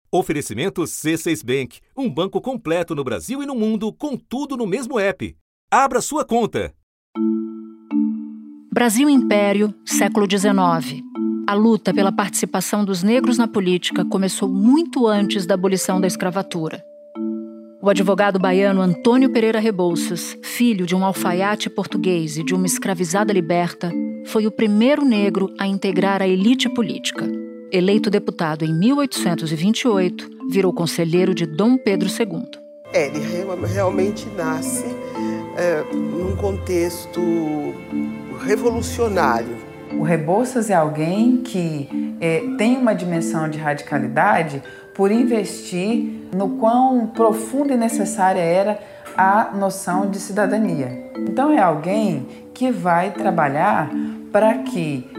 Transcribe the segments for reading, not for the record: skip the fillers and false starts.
Oferecimento C6 Bank, um banco completo no Brasil e no mundo, com tudo no mesmo app. Abra sua conta. Brasil Império, século XIX. A luta pela participação dos negros na política começou muito antes da abolição da escravatura. O advogado baiano Antônio Pereira Rebouças, filho de um alfaiate português e de uma escravizada liberta, foi o primeiro negro a integrar a elite política. Eleito deputado em 1828, virou conselheiro de Dom Pedro II. Ele realmente nasce num contexto revolucionário. O Rebouças é alguém que tem uma dimensão de radicalidade por investir no quão profunda e necessária era a noção de cidadania. Então é alguém que vai trabalhar para que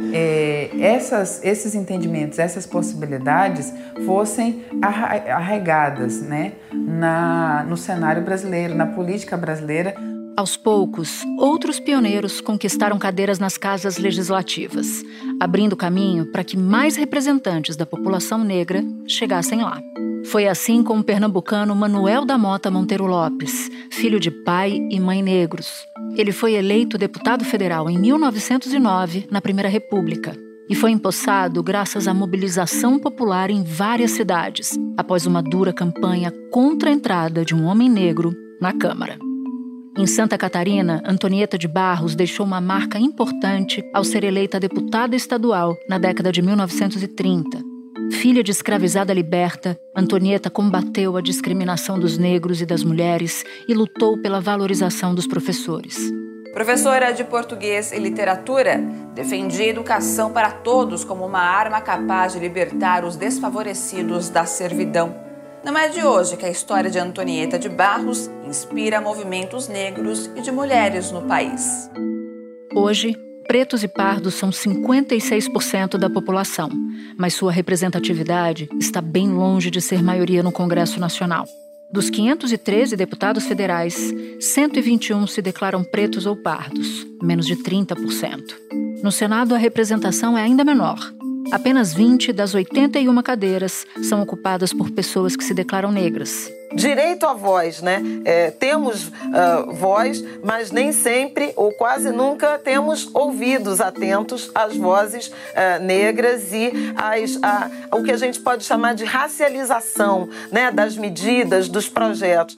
esses entendimentos, essas possibilidades fossem arraigadas, né, no cenário brasileiro, na política brasileira. Aos poucos, outros pioneiros conquistaram cadeiras nas casas legislativas, abrindo caminho para que mais representantes da população negra chegassem lá. Foi assim com o pernambucano Manuel da Mota Monteiro Lopes, filho de pai e mãe negros. Ele foi eleito deputado federal em 1909, na Primeira República, e foi empossado graças à mobilização popular em várias cidades, após uma dura campanha contra a entrada de um homem negro na Câmara. Em Santa Catarina, Antonieta de Barros deixou uma marca importante ao ser eleita deputada estadual na década de 1930. Filha de escravizada liberta, Antonieta combateu a discriminação dos negros e das mulheres e lutou pela valorização dos professores. Professora de português e literatura, defendia a educação para todos como uma arma capaz de libertar os desfavorecidos da servidão. Não é de hoje que a história de Antonieta de Barros inspira movimentos negros e de mulheres no país. Hoje, pretos e pardos são 56% da população, mas sua representatividade está bem longe de ser maioria no Congresso Nacional. Dos 513 deputados federais, 121 se declaram pretos ou pardos, menos de 30%. No Senado, a representação é ainda menor. Apenas 20 das 81 cadeiras são ocupadas por pessoas que se declaram negras. Direito à voz, né? Temos voz, mas nem sempre ou quase nunca temos ouvidos atentos às vozes negras e o que a gente pode chamar de racialização, né, das medidas, dos projetos.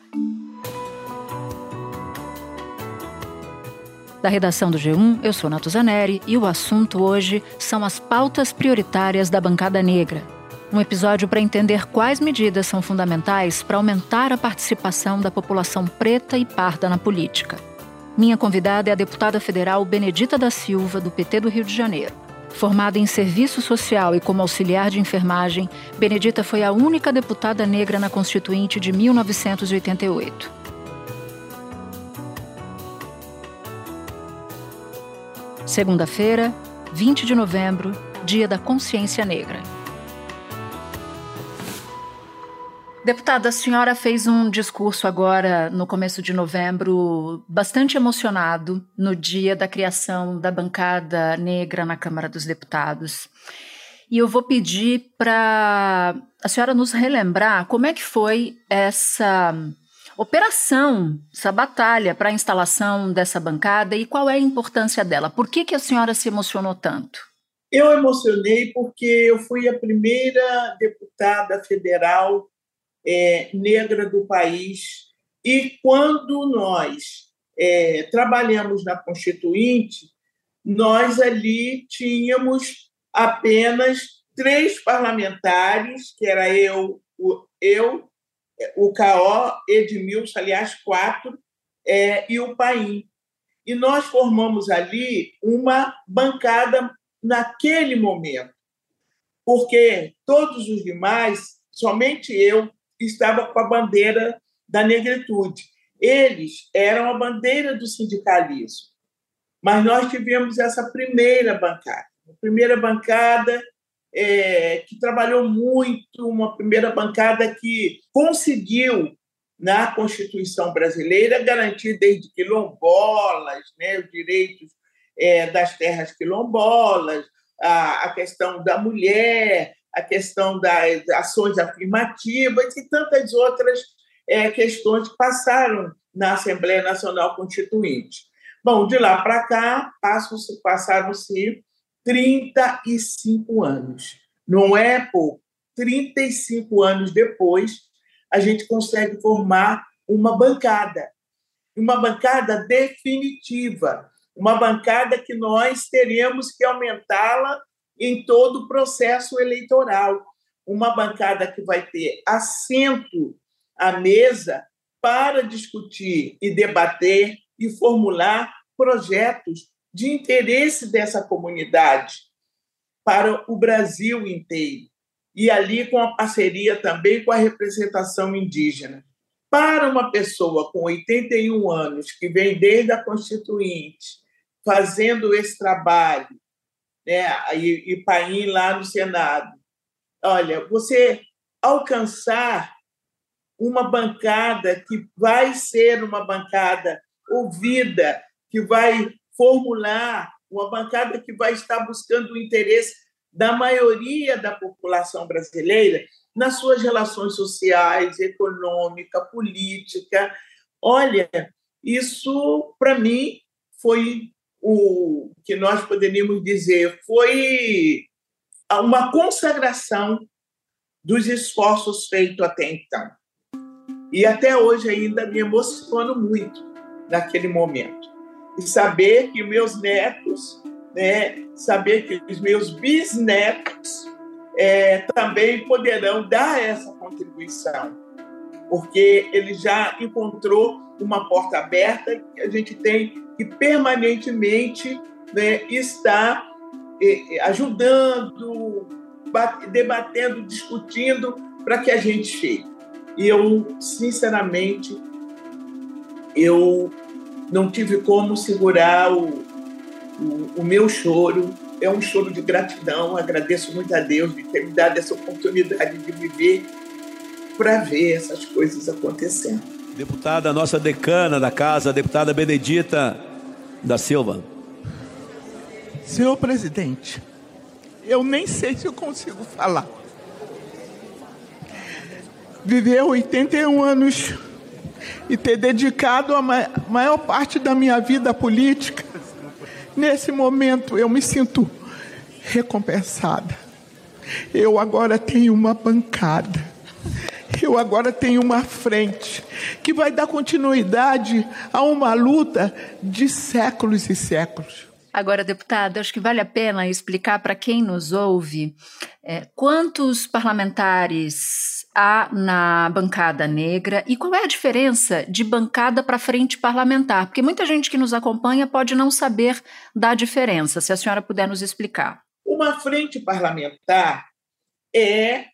Da redação do G1, eu sou Natuza Neri e o assunto hoje são as pautas prioritárias da bancada negra. Um episódio para entender quais medidas são fundamentais para aumentar a participação da população preta e parda na política. Minha convidada é a deputada federal Benedita da Silva, do PT do Rio de Janeiro. Formada em serviço social e como auxiliar de enfermagem, Benedita foi a única deputada negra na Constituinte de 1988. Segunda-feira, 20 de novembro, Dia da Consciência Negra. Deputada, a senhora fez um discurso agora, no começo de novembro, bastante emocionado, no dia da criação da bancada negra na Câmara dos Deputados. E eu vou pedir para a senhora nos relembrar como é que foi essa operação, essa batalha para a instalação dessa bancada e qual é a importância dela. Por que a senhora se emocionou tanto? Eu emocionei porque eu fui a primeira deputada federal negra do país e quando nós trabalhamos na Constituinte, nós ali tínhamos apenas 3 parlamentares, que era eu, o K.O., Edmilson, aliás, 4, e o Paim. E nós formamos ali uma bancada naquele momento, porque todos os demais, somente eu, estava com a bandeira da negritude. Eles eram a bandeira do sindicalismo. Mas nós tivemos essa primeira bancada. A primeira bancada que trabalhou muito, uma primeira bancada que conseguiu, na Constituição brasileira, garantir desde quilombolas, né, os direitos das terras quilombolas, a questão da mulher, a questão das ações afirmativas e tantas outras questões que passaram na Assembleia Nacional Constituinte. Bom, de lá para cá, passaram-se 35 anos. Não é pouco. 35 anos depois, a gente consegue formar uma bancada definitiva, uma bancada que nós teremos que aumentá-la em todo o processo eleitoral, uma bancada que vai ter assento à mesa para discutir e debater e formular projetos de interesse dessa comunidade para o Brasil inteiro, e ali com a parceria também com a representação indígena. Para uma pessoa com 81 anos, que vem desde a Constituinte, fazendo esse trabalho, né, e Paim lá no Senado, olha, você alcançar uma bancada que vai ser uma bancada ouvida, que vai formular, uma bancada que vai estar buscando o interesse da maioria da população brasileira nas suas relações sociais, econômica, política. Olha, isso, para mim, foi o que nós poderíamos dizer, foi uma consagração dos esforços feitos até então. E até hoje ainda me emociono muito naquele momento. E saber que meus netos, né, saber que os meus bisnetos também poderão dar essa contribuição, porque ele já encontrou uma porta aberta que a gente tem que permanentemente, né, estar ajudando, debatendo, discutindo para que a gente chegue. E eu, sinceramente, não tive como segurar o meu choro. É um choro de gratidão. Agradeço muito a Deus de ter me dado essa oportunidade de viver para ver essas coisas acontecendo. Deputada, nossa decana da casa, a deputada Benedita da Silva. Senhor presidente, eu nem sei se eu consigo falar. Viver 81 anos e ter dedicado a maior parte da minha vida política, nesse momento eu me sinto recompensada. Eu agora tenho uma bancada, eu agora tenho uma frente que vai dar continuidade a uma luta de séculos e séculos. Agora, deputada, acho que vale a pena explicar para quem nos ouve quantos parlamentares há na bancada negra e qual é a diferença de bancada para frente parlamentar, porque muita gente que nos acompanha pode não saber da diferença, se a senhora puder nos explicar. Uma frente parlamentar é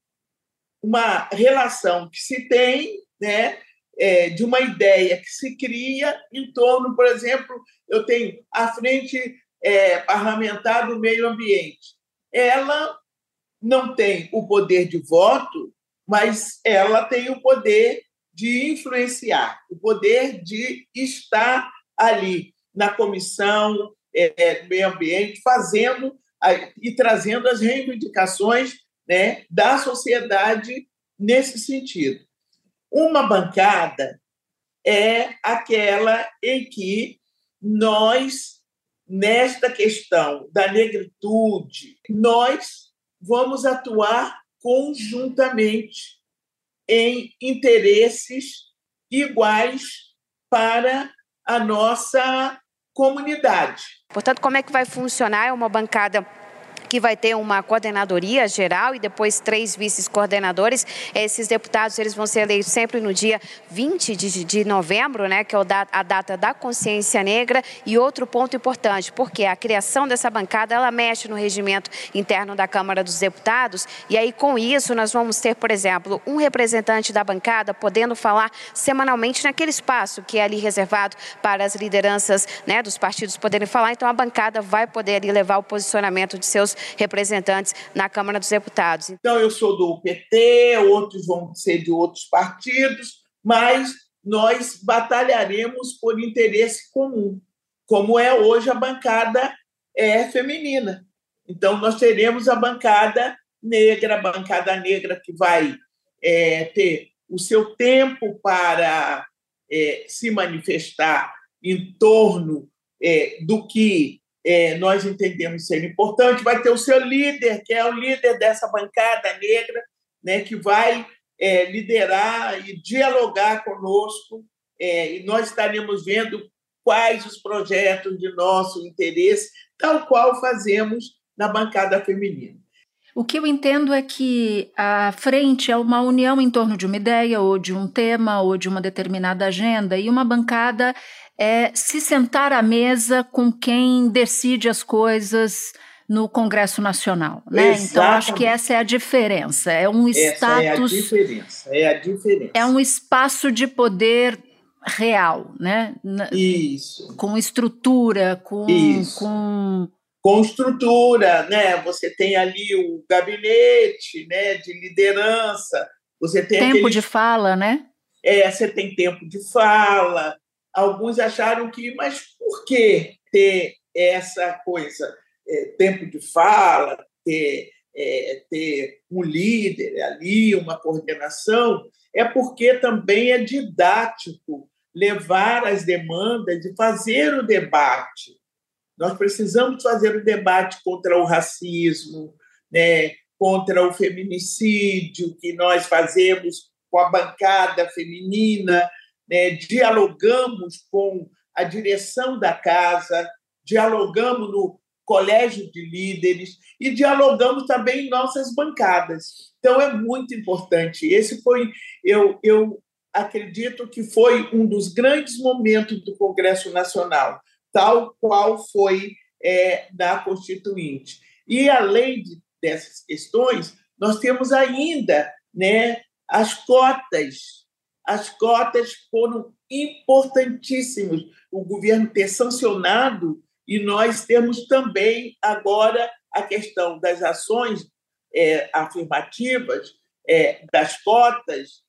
uma relação que se tem, né, de uma ideia que se cria em torno, por exemplo, eu tenho a frente parlamentar do meio ambiente. Ela não tem o poder de voto, mas ela tem o poder de influenciar, o poder de estar ali na comissão do meio ambiente, fazendo e trazendo as reivindicações, né, da sociedade nesse sentido. Uma bancada é aquela em que nós, nesta questão da negritude, nós vamos atuar conjuntamente em interesses iguais para a nossa comunidade. Portanto, como é que vai funcionar? É uma bancada que vai ter uma coordenadoria geral e depois 3 vice-coordenadores. Esses deputados eles vão ser eleitos sempre no dia 20 de novembro, né, que é a data da consciência negra. E outro ponto importante, porque a criação dessa bancada, ela mexe no regimento interno da Câmara dos Deputados, e aí com isso nós vamos ter, por exemplo, um representante da bancada podendo falar semanalmente naquele espaço que é ali reservado para as lideranças, né, dos partidos poderem falar. Então a bancada vai poder ali levar o posicionamento de seus representantes na Câmara dos Deputados. Então, eu sou do PT, outros vão ser de outros partidos, mas nós batalharemos por interesse comum, como é hoje a bancada feminina. Então, nós teremos a bancada negra, a bancada negra que vai ter o seu tempo para se manifestar em torno do que nós entendemos ser importante, vai ter o seu líder, que é o líder dessa bancada negra, né, que vai liderar e dialogar conosco, e nós estaremos vendo quais os projetos de nosso interesse, tal qual fazemos na bancada feminina. O que eu entendo é que a frente é uma união em torno de uma ideia, ou de um tema, ou de uma determinada agenda, e uma bancada é se sentar à mesa com quem decide as coisas no Congresso Nacional, né? Então, acho que essa é a diferença. É um status... É a diferença. É um espaço de poder real, né? Isso. Com estrutura, com estrutura, né? Você tem ali o gabinete, né, de liderança, você tem tempo de fala, né? Você tem tempo de fala. Alguns acharam mas por que ter essa coisa, tempo de fala, ter um líder ali, uma coordenação? É porque também é didático levar as demandas e fazer o debate. Nós precisamos fazer o debate contra o racismo, né, contra o feminicídio, que nós fazemos com a bancada feminina, né, dialogamos com a direção da casa, dialogamos no colégio de líderes e dialogamos também em nossas bancadas. Então, é muito importante. Esse foi, eu acredito que foi um dos grandes momentos do Congresso Nacional, tal qual foi da Constituinte. E, além dessas questões, nós temos ainda, né, as cotas. As cotas foram importantíssimas, o governo ter sancionado, e nós temos também agora a questão das ações afirmativas, das cotas,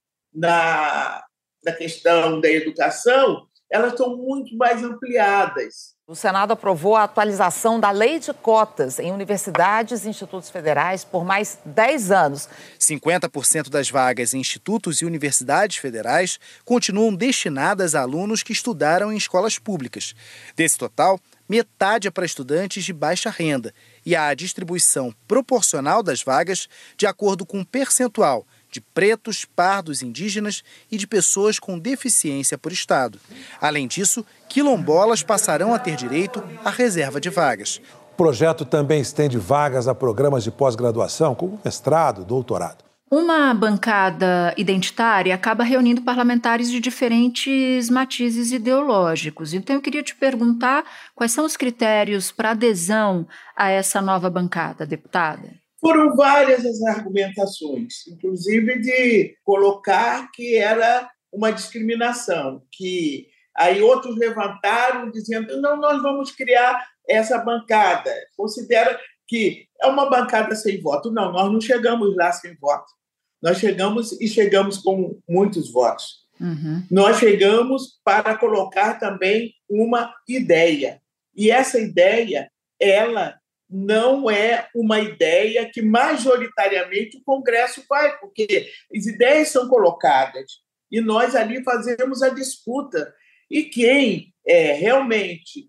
na questão da educação, elas estão muito mais ampliadas. O Senado aprovou a atualização da Lei de Cotas em universidades e institutos federais por mais 10 anos. 50% das vagas em institutos e universidades federais continuam destinadas a alunos que estudaram em escolas públicas. Desse total, metade é para estudantes de baixa renda e há a distribuição proporcional das vagas de acordo com o percentual de pretos, pardos, indígenas e de pessoas com deficiência por estado. Além disso, quilombolas passarão a ter direito à reserva de vagas. O projeto também estende vagas a programas de pós-graduação, como mestrado, doutorado. Uma bancada identitária acaba reunindo parlamentares de diferentes matizes ideológicos. Então, eu queria te perguntar quais são os critérios para adesão a essa nova bancada, deputada? Foram várias as argumentações, inclusive de colocar que era uma discriminação, que aí outros levantaram dizendo não, nós vamos criar essa bancada, considera que é uma bancada sem voto. Não, nós não chegamos lá sem voto. Nós chegamos com muitos votos. Uhum. Nós chegamos para colocar também uma ideia. E essa ideia, ela não é uma ideia que majoritariamente o Congresso vai, porque as ideias são colocadas e nós ali fazemos a disputa. E quem realmente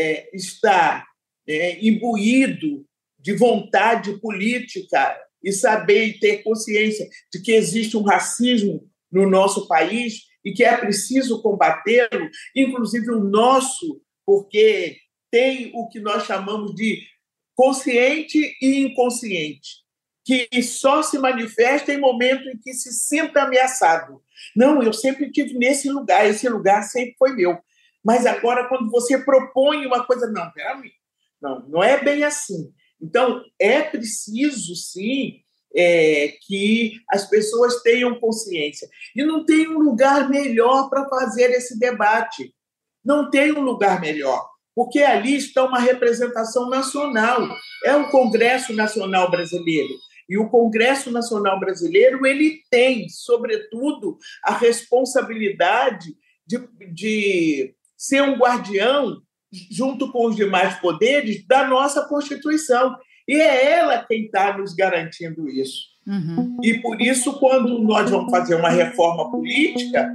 está imbuído de vontade política e saber e ter consciência de que existe um racismo no nosso país e que é preciso combatê-lo, inclusive o nosso, porque tem o que nós chamamos de consciente e inconsciente, que só se manifesta em momento em que se sinta ameaçado. Não, eu sempre estive nesse lugar, esse lugar sempre foi meu. Mas agora, quando você propõe uma coisa, não, peraí, não é bem assim. Então, é preciso, sim, que as pessoas tenham consciência. E não tem um lugar melhor para fazer esse debate. Não tem um lugar melhor, porque ali está uma representação nacional. É o Congresso Nacional Brasileiro. E o Congresso Nacional Brasileiro ele tem, sobretudo, a responsabilidade de ser um guardião, junto com os demais poderes, da nossa Constituição. E é ela quem está nos garantindo isso. Uhum. E por isso, quando nós vamos fazer uma reforma política,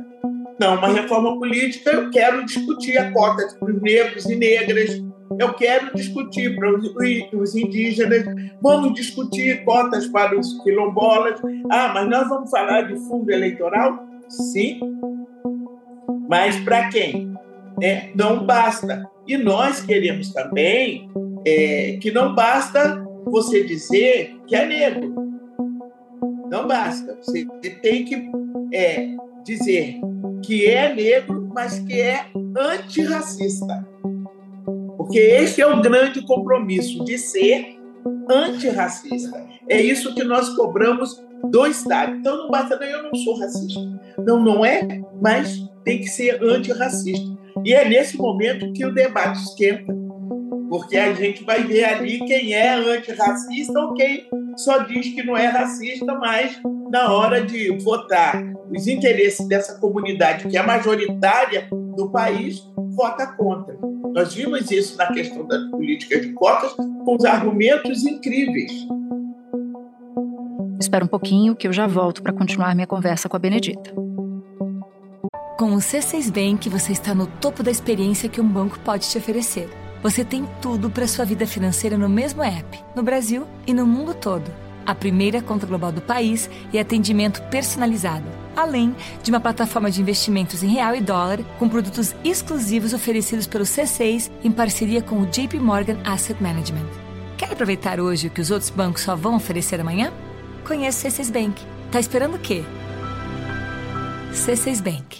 eu quero discutir a cota para os negros e negras, eu quero discutir para os indígenas, vamos discutir cotas para os quilombolas. Mas nós vamos falar de fundo eleitoral? Sim. Mas para quem? Não basta. E nós queremos também que não basta você dizer que é negro. Não basta. Você tem que dizer que é negro, mas que é antirracista. Porque esse é o grande compromisso, de ser antirracista. É isso que nós cobramos do Estado. Então não basta, eu não sou racista. Não é, mas tem que ser antirracista. E é nesse momento que o debate esquenta, porque a gente vai ver ali quem é antirracista ou quem só diz que não é racista, mas na hora de votar os interesses dessa comunidade, que é majoritária no país, vota contra. Nós vimos isso na questão da política de cotas com os argumentos incríveis. Espera um pouquinho que eu já volto para continuar minha conversa com a Benedita. Com o C6 Bank, você está no topo da experiência que um banco pode te oferecer. Você tem tudo para sua vida financeira no mesmo app, no Brasil e no mundo todo. A primeira conta global do país e atendimento personalizado, além de uma plataforma de investimentos em real e dólar com produtos exclusivos oferecidos pelo C6 em parceria com o JP Morgan Asset Management. Quer aproveitar hoje o que os outros bancos só vão oferecer amanhã? Conheça o C6 Bank. Tá esperando o quê? C6 Bank.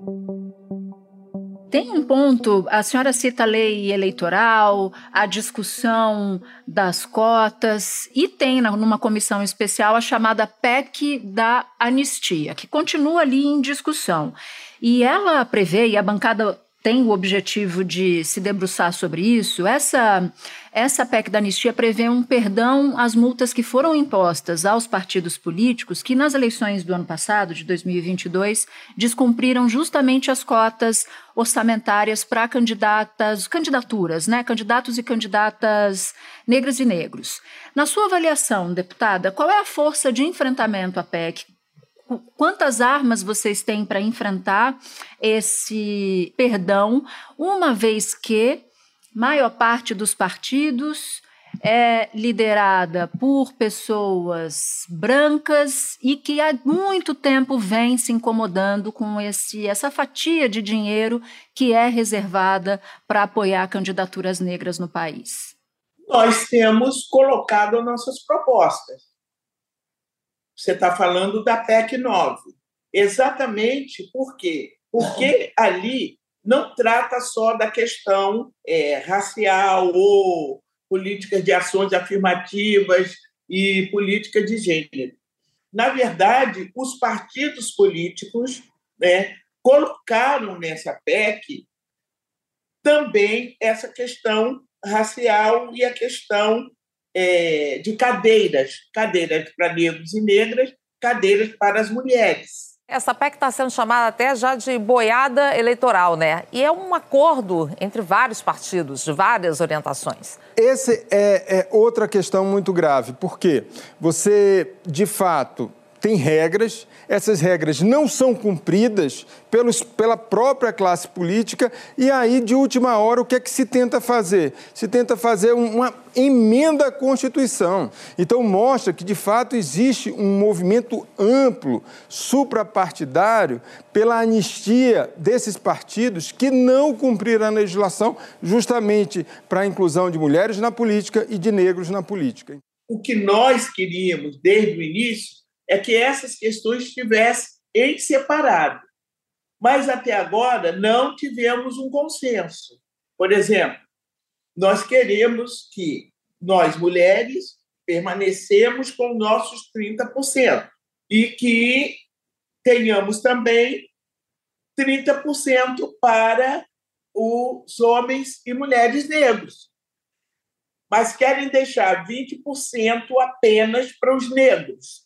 Tem um ponto, a senhora cita a lei eleitoral, a discussão das cotas, e tem numa comissão especial a chamada PEC da anistia, que continua ali em discussão. E ela prevê, e a bancada tem o objetivo de se debruçar sobre isso, essa PEC da anistia prevê um perdão às multas que foram impostas aos partidos políticos que nas eleições do ano passado, de 2022, descumpriram justamente as cotas orçamentárias para candidaturas, né? Candidatos e candidatas negras e negros. Na sua avaliação, deputada, qual é a força de enfrentamento à PEC? Quantas armas vocês têm para enfrentar esse perdão, uma vez que a maior parte dos partidos é liderada por pessoas brancas e que há muito tempo vem se incomodando com essa fatia de dinheiro que é reservada para apoiar candidaturas negras no país? Nós temos colocado nossas propostas. Você está falando da PEC 9. Exatamente por quê? Porque ali não trata só da questão racial ou políticas de ações afirmativas e política de gênero. Na verdade, os partidos políticos colocaram nessa PEC também essa questão racial e a questão de cadeiras para negros e negras, cadeiras para as mulheres. Essa PEC está sendo chamada até já de boiada eleitoral, né? E é um acordo entre vários partidos, de várias orientações. Essa é outra questão muito grave, porque você, de fato, tem regras, essas regras não são cumpridas pela própria classe política e aí, de última hora, o que é que se tenta fazer? Se tenta fazer uma emenda à Constituição. Então, mostra que, de fato, existe um movimento amplo, suprapartidário, pela anistia desses partidos que não cumpriram a legislação justamente para a inclusão de mulheres na política e de negros na política. O que nós queríamos, desde o início, é que essas questões estivessem em separado. Mas, até agora, não tivemos um consenso. Por exemplo, nós queremos que nós, mulheres, permanecemos com nossos 30% e que tenhamos também 30% para os homens e mulheres negros. Mas querem deixar 20% apenas para os negros.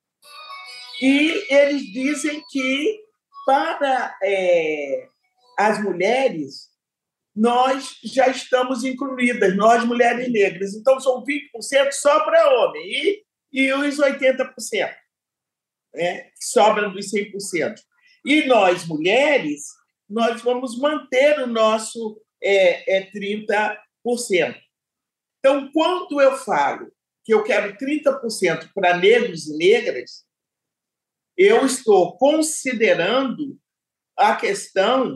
E eles dizem que, para as mulheres, nós já estamos incluídas, nós mulheres negras. Então, são 20% só para homem e os 80%, né? Sobram dos 100%. E nós, mulheres, nós vamos manter o nosso 30%. Então, quando eu falo que eu quero 30% para negros e negras, eu estou considerando a questão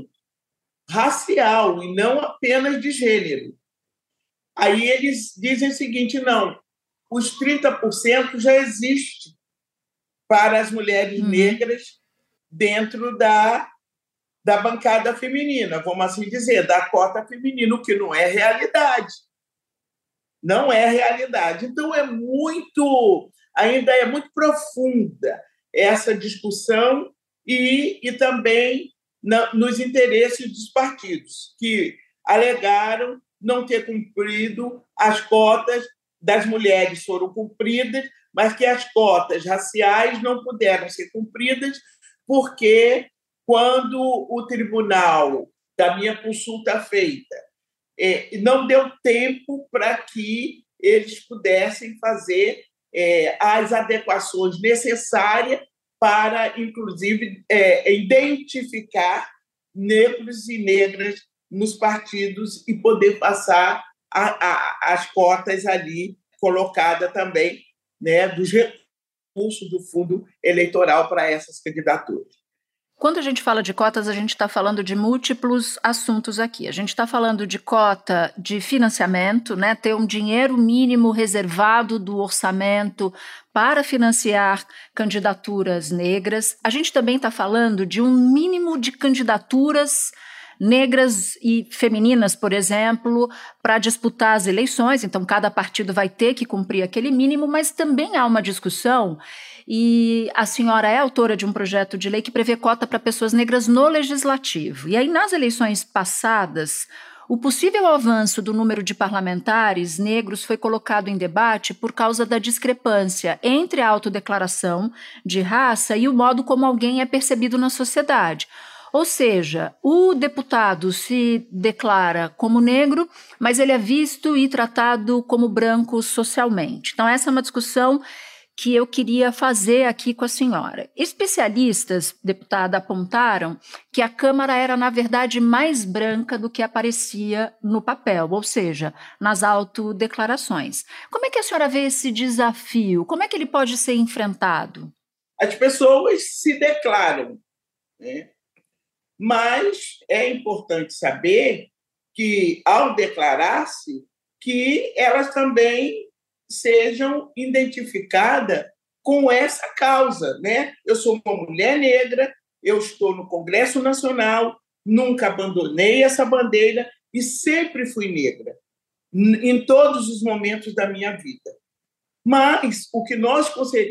racial e não apenas de gênero. Aí eles dizem o seguinte, não, os 30% já existe para as mulheres negras dentro da bancada feminina, vamos assim dizer, da cota feminina, o que não é realidade. Não é realidade. Então, ainda é muito profunda essa discussão e também nos interesses dos partidos, que alegaram não ter cumprido as cotas das mulheres foram cumpridas, mas que as cotas raciais não puderam ser cumpridas porque, quando o tribunal, da minha consulta feita, não deu tempo para que eles pudessem fazer as adequações necessárias para, inclusive, identificar negros e negras nos partidos e poder passar as cotas ali colocadas também, né, dos recursos do fundo eleitoral para essas candidaturas. Quando a gente fala de cotas, a gente está falando de múltiplos assuntos aqui. A gente está falando de cota de financiamento, né, ter um dinheiro mínimo reservado do orçamento para financiar candidaturas negras. A gente também está falando de um mínimo de candidaturas negras e femininas, por exemplo, para disputar as eleições. Então, cada partido vai ter que cumprir aquele mínimo, mas também há uma discussão. E a senhora é autora de um projeto de lei que prevê cota para pessoas negras no legislativo. E aí, nas eleições passadas, o possível avanço do número de parlamentares negros foi colocado em debate por causa da discrepância entre a autodeclaração de raça e o modo como alguém é percebido na sociedade. Ou seja, o deputado se declara como negro, mas ele é visto e tratado como branco socialmente. Então, essa é uma discussão que eu queria fazer aqui com a senhora. Especialistas, deputada, apontaram que a Câmara era, na verdade, mais branca do que aparecia no papel, ou seja, nas autodeclarações. Como é que a senhora vê esse desafio? Como é que ele pode ser enfrentado? As pessoas se declaram, né? Mas é importante saber que, ao declarar-se, que elas também sejam identificadas com essa causa, né? Eu sou uma mulher negra, eu estou no Congresso Nacional, nunca abandonei essa bandeira e sempre fui negra, em todos os momentos da minha vida. Mas o que nós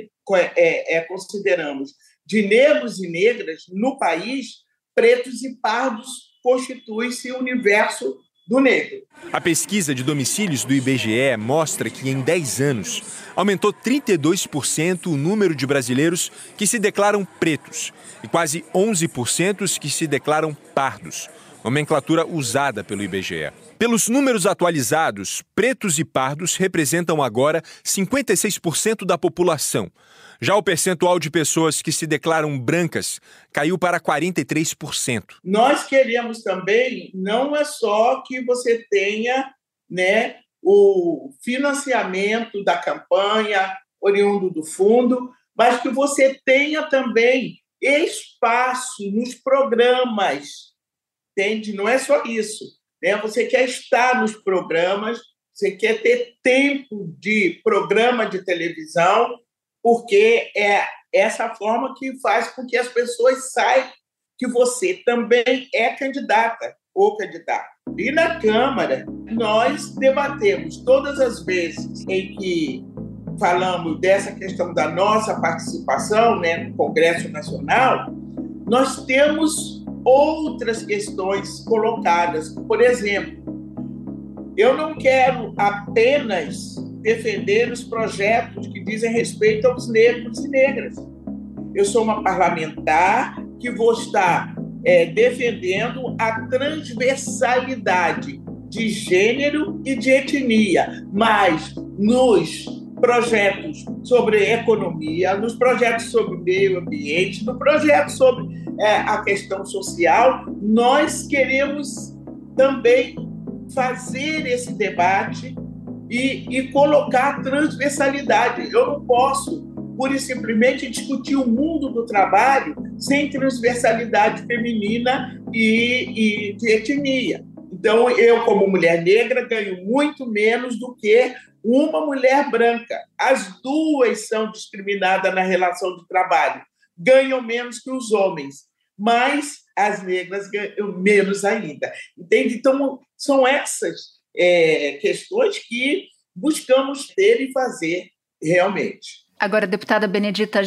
consideramos de negros e negras no país, pretos e pardos, constitui-se o universo do negro. A pesquisa de domicílios do IBGE mostra que, em 10 anos, aumentou 32% o número de brasileiros que se declaram pretos e quase 11% os que se declaram pardos, nomenclatura usada pelo IBGE. Pelos números atualizados, pretos e pardos representam agora 56% da população. Já o percentual de pessoas que se declaram brancas caiu para 43%. Nós queremos também, não é só que você tenha, né, o financiamento da campanha oriundo do fundo, mas que você tenha também espaço nos programas, entende? Não é só isso, né? Você quer estar nos programas, você quer ter tempo de programa de televisão, porque é essa forma que faz com que as pessoas saibam que você também é candidata ou candidato. E na Câmara, nós debatemos todas as vezes em que falamos dessa questão da nossa participação, né, no Congresso Nacional, nós temos outras questões colocadas. Por exemplo, eu não quero apenas defender os projetos que dizem respeito aos negros e negras. Eu sou uma parlamentar que vou estar defendendo a transversalidade de gênero e de etnia, mas nos projetos sobre economia, nos projetos sobre meio ambiente, no projeto sobre a questão social, nós queremos também fazer esse debate e colocar transversalidade. Eu não posso, pura e simplesmente, discutir o mundo do trabalho sem transversalidade feminina e de etnia. Então, eu, como mulher negra, ganho muito menos do que uma mulher branca. As duas são discriminadas na relação de trabalho, ganham menos que os homens, mas as negras ganham menos ainda. Entende? Então, são essas questões que buscamos ter e fazer realmente. Agora, deputada Benedita, a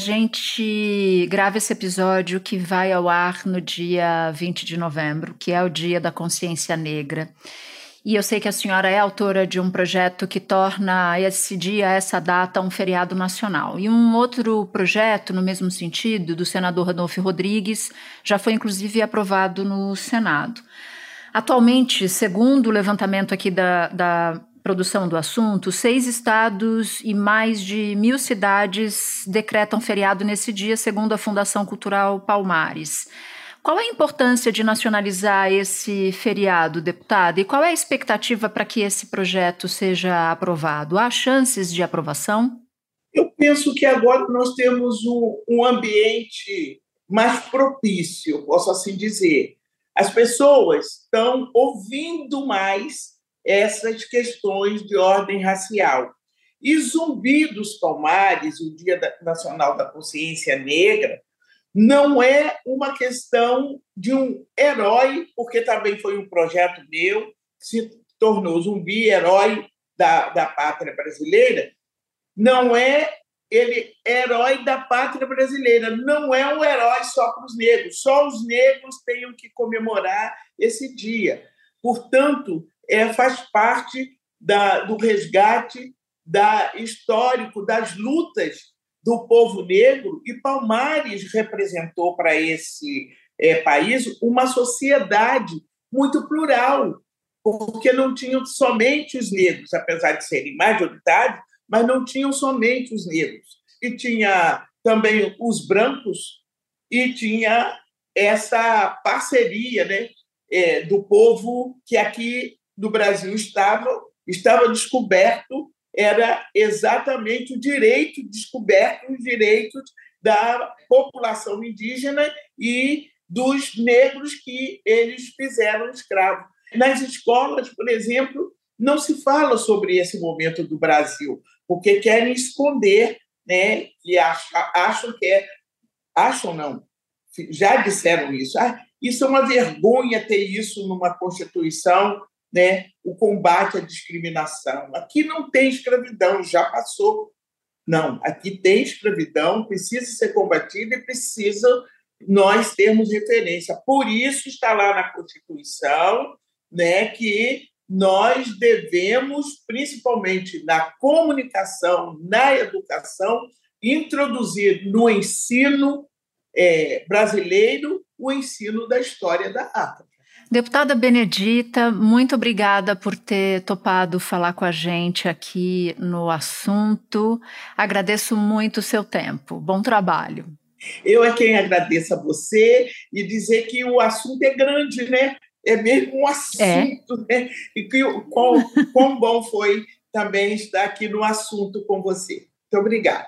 gente grava esse episódio que vai ao ar no dia 20 de novembro, que é o Dia da Consciência Negra. E eu sei que a senhora é autora de um projeto que torna esse dia, essa data, um feriado nacional. E um outro projeto, no mesmo sentido, do senador Ranolfo Rodrigues, já foi inclusive aprovado no Senado. Atualmente, segundo o levantamento aqui da produção do assunto, 6 estados e mais de 1.000 cidades decretam feriado nesse dia, segundo a Fundação Cultural Palmares. Qual é a importância de nacionalizar esse feriado, deputada? E qual é a expectativa para que esse projeto seja aprovado? Há chances de aprovação? Eu penso que agora nós temos um ambiente mais propício, posso assim dizer. As pessoas estão ouvindo mais essas questões de ordem racial. E Zumbi dos Palmares, o Dia Nacional da Consciência Negra, não é uma questão de um herói, porque também foi um projeto meu, que se tornou Zumbi, herói da pátria brasileira. Não é ele herói da pátria brasileira, não é um herói só para os negros, só os negros têm que comemorar esse dia. Portanto, faz parte do resgate histórico das lutas do povo negro, e Palmares representou para esse país uma sociedade muito plural, porque não tinham somente os negros, apesar de serem majoritários, mas não tinham somente os negros. E tinha também os brancos e tinha essa parceria, né, do povo que aqui no Brasil estava descoberto, era exatamente o direito descoberto, os direitos da população indígena e dos negros que eles fizeram escravos. Nas escolas, por exemplo, não se fala sobre esse momento do Brasil, porque querem esconder, né? E acham não, já disseram isso. Isso é uma vergonha ter isso numa Constituição, né? O combate à discriminação. Aqui não tem escravidão, já passou. Não, aqui tem escravidão, precisa ser combatida e precisa nós termos referência. Por isso está lá na Constituição, né, que nós devemos, principalmente na comunicação, na educação, introduzir no ensino brasileiro o ensino da história da África. Deputada Benedita, muito obrigada por ter topado falar com a gente aqui no assunto. Agradeço muito o seu tempo. Bom trabalho. Eu é quem agradeço a você e dizer que o assunto é grande, né? É mesmo um assunto, né? E que quão bom foi também estar aqui no assunto com você. Muito obrigada.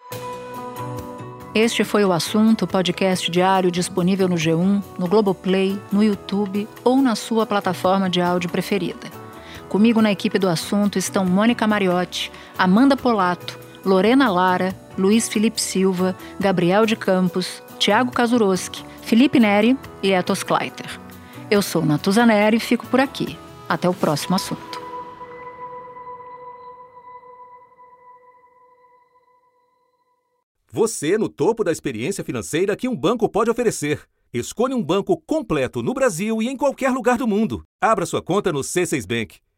Este foi o Assunto, podcast diário disponível no G1, no Globoplay, no YouTube ou na sua plataforma de áudio preferida. Comigo na equipe do Assunto estão Mônica Mariotti, Amanda Polato, Lorena Lara, Luiz Felipe Silva, Gabriel de Campos, Tiago Kazuroski, Felipe Neri e Etos Kleiter. Eu sou Natuza Neri e fico por aqui. Até o próximo assunto. Você no topo da experiência financeira que um banco pode oferecer. Escolha um banco completo no Brasil e em qualquer lugar do mundo. Abra sua conta no C6 Bank.